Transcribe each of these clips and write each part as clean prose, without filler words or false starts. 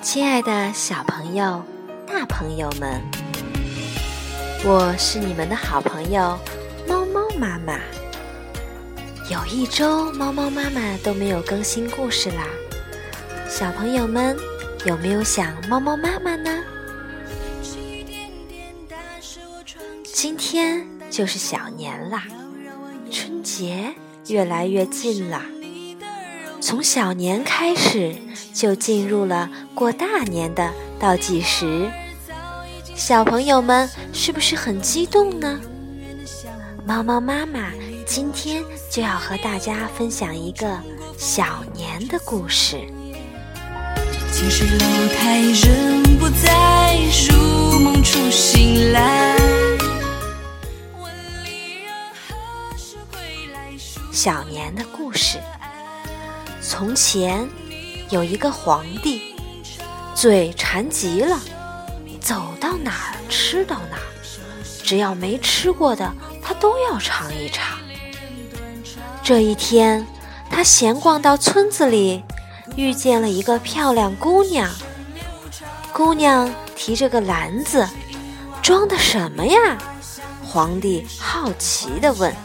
亲爱的小朋友、大朋友们，我是你们的好朋友猫猫妈妈。有一周，猫猫妈妈都没有更新故事啦。小朋友们有没有想猫猫妈妈呢？今天就是小年啦，春节越来越近啦。从小年开始，就进入了过大年的倒计时。小朋友们是不是很激动呢？猫猫妈妈今天就要和大家分享一个小年的故事。 近水楼台人不在，如梦初醒来。 小年的故事。从前有一个皇帝，嘴馋极了，走到哪儿吃到哪儿，只要没吃过的他都要尝一尝。这一天，他闲逛到村子里，遇见了一个漂亮姑娘。姑娘提着个篮子，装的什么呀？皇帝好奇地问。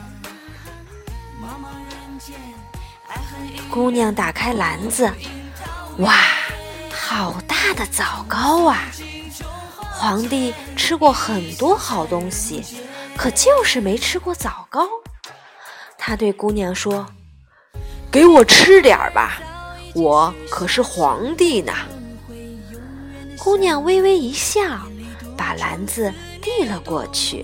姑娘打开篮子，哇，好大的枣糕啊！皇帝吃过很多好东西，可就是没吃过枣糕。他对姑娘说：“给我吃点吧，我可是皇帝呢。”姑娘微微一笑，把篮子递了过去。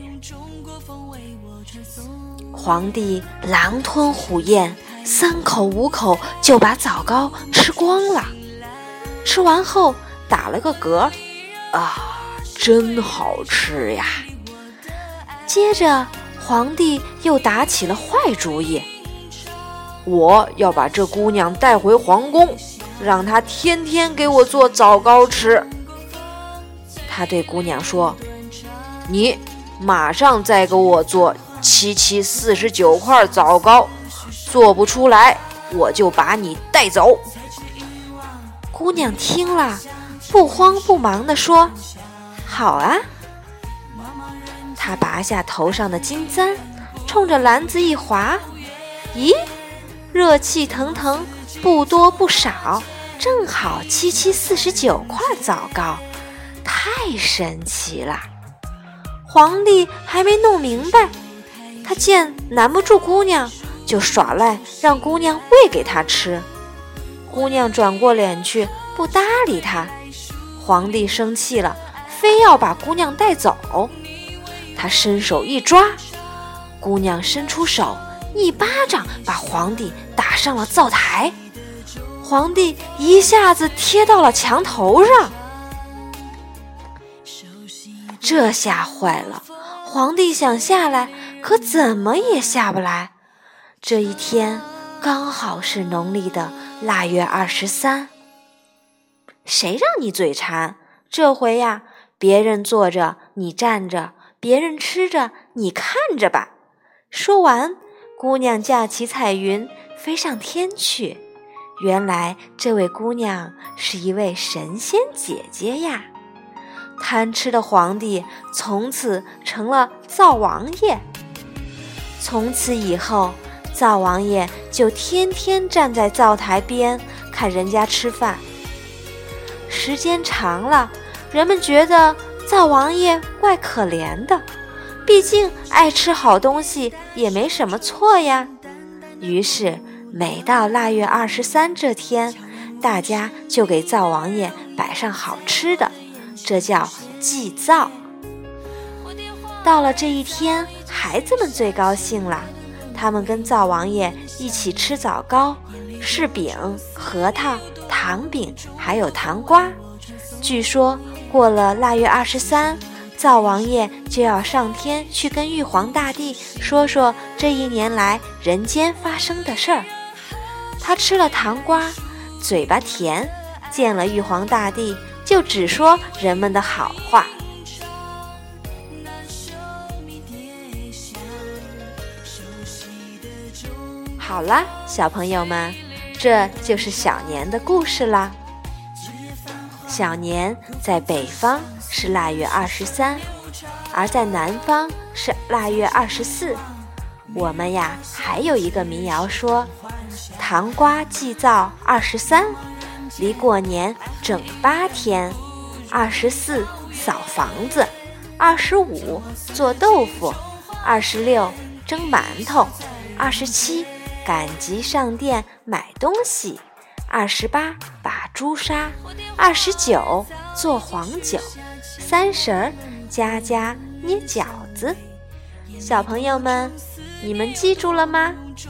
皇帝狼吞虎咽，3口5口就把枣糕吃光了。吃完后打了个嗝，啊，真好吃呀！接着皇帝又打起了坏主意，我要把这姑娘带回皇宫，让她天天给我做枣糕吃。他对姑娘说：“你马上再给我做749块枣糕，做不出来我就把你带走。”姑娘听了，不慌不忙地说：“好啊。”她拔下头上的金簪，冲着篮子一划，咦，热气腾腾，不多不少，正好749块枣糕，太神奇了。皇帝还没弄明白，他见难不住姑娘，就耍赖让姑娘喂给他吃。姑娘转过脸去不搭理他。皇帝生气了，非要把姑娘带走。他伸手一抓，姑娘伸出手，一巴掌把皇帝打上了灶台。皇帝一下子贴到了墙头上。这下坏了，皇帝想下来，可怎么也下不来。这一天刚好是农历的腊月23。谁让你嘴馋？这回呀，别人坐着你站着，别人吃着你看着吧。说完，姑娘架起彩云飞上天去。原来这位姑娘是一位神仙姐姐呀。贪吃的皇帝从此成了灶王爷。从此以后，灶王爷就天天站在灶台边看人家吃饭。时间长了，人们觉得灶王爷怪可怜的，毕竟爱吃好东西也没什么错呀。于是每到腊月23这天，大家就给灶王爷摆上好吃的，这叫祭灶。到了这一天，孩子们最高兴了，他们跟灶王爷一起吃枣糕、柿饼、核桃、糖饼，还有糖瓜。据说过了腊月23，灶王爷就要上天去跟玉皇大帝说说这一年来人间发生的事儿。他吃了糖瓜，嘴巴甜，见了玉皇大帝就只说人们的好话。好啦，小朋友们，这就是小年的故事啦。 小年在北方是腊月23，而在南方是腊月24。我们呀还有一个民谣说，糖瓜祭灶23，离过年整8天。24扫房子，25做豆腐，26蒸馒头，27赶集上店买东西，28把猪杀，29做黄酒，30家家捏饺子。小朋友们，你们记住了吗？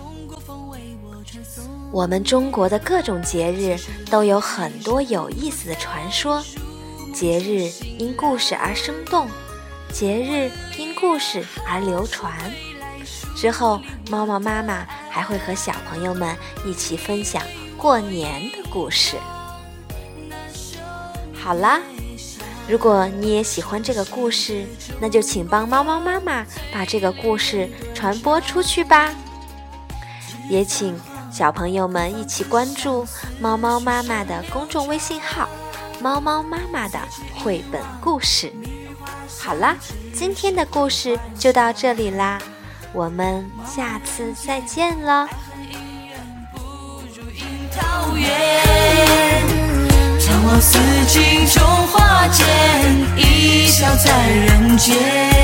我们中国的各种节日都有很多有意思的传说，节日因故事而生动，节日因故事而流传。之后猫猫妈妈还会和小朋友们一起分享过年的故事。好啦，如果你也喜欢这个故事，那就请帮猫猫妈妈把这个故事传播出去吧。也请小朋友们一起关注猫猫妈妈的公众微信号猫猫妈妈的绘本故事。好啦，今天的故事就到这里啦，我们下次再见了。 眺望四季中花间，一笑在人间。